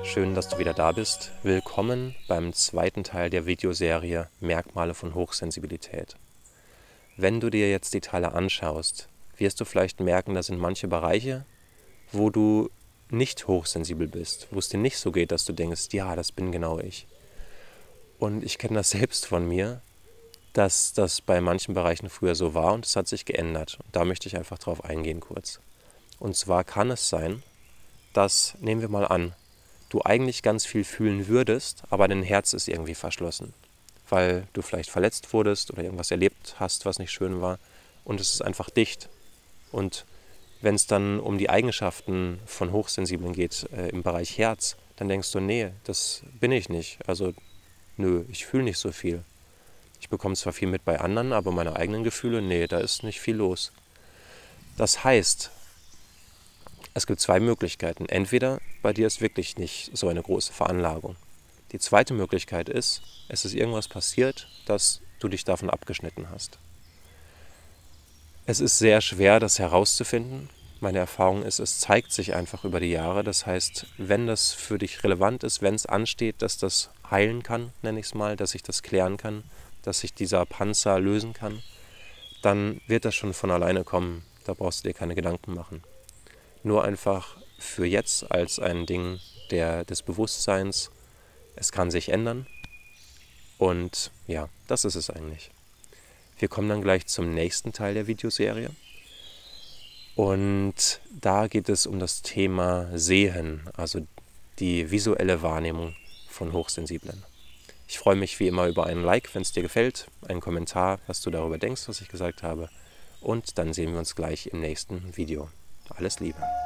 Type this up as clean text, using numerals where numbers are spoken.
Schön, dass du wieder da bist. Willkommen beim zweiten Teil der Videoserie Merkmale von Hochsensibilität. Wenn du dir jetzt die Teile anschaust, wirst du vielleicht merken, da sind manche Bereiche, wo du nicht hochsensibel bist, wo es dir nicht so geht, dass du denkst, ja, das bin genau ich. Und ich kenne das selbst von mir, dass das bei manchen Bereichen früher so war und es hat sich geändert. Und da möchte ich einfach drauf eingehen kurz. Und zwar kann es sein, dass, nehmen wir mal an, du eigentlich ganz viel fühlen würdest, aber dein Herz ist irgendwie verschlossen, weil du vielleicht verletzt wurdest oder irgendwas erlebt hast, was nicht schön war, und es ist einfach dicht. Und wenn es dann um die Eigenschaften von Hochsensiblen geht im Bereich Herz, dann denkst du, nee, das bin ich nicht. Also nö, ich fühle nicht so viel. Ich bekomme zwar viel mit bei anderen, aber meine eigenen Gefühle, nee, da ist nicht viel los. Das heißt, es gibt zwei Möglichkeiten. Entweder bei dir ist wirklich nicht so eine große Veranlagung. Die zweite Möglichkeit ist, es ist irgendwas passiert, dass du dich davon abgeschnitten hast. Es ist sehr schwer, das herauszufinden. Meine Erfahrung ist, es zeigt sich einfach über die Jahre. Das heißt, wenn das für dich relevant ist, wenn es ansteht, dass das heilen kann, nenne ich es mal, dass ich das klären kann, dass sich dieser Panzer lösen kann, dann wird das schon von alleine kommen. Da brauchst du dir keine Gedanken machen. Nur einfach für jetzt als ein Ding des Bewusstseins. Es kann sich ändern. Und ja, das ist es eigentlich. Wir kommen dann gleich zum nächsten Teil der Videoserie. Und da geht es um das Thema Sehen, also die visuelle Wahrnehmung von Hochsensiblen. Ich freue mich wie immer über einen Like, wenn es dir gefällt, einen Kommentar, was du darüber denkst, was ich gesagt habe. Und dann sehen wir uns gleich im nächsten Video. Alles Liebe.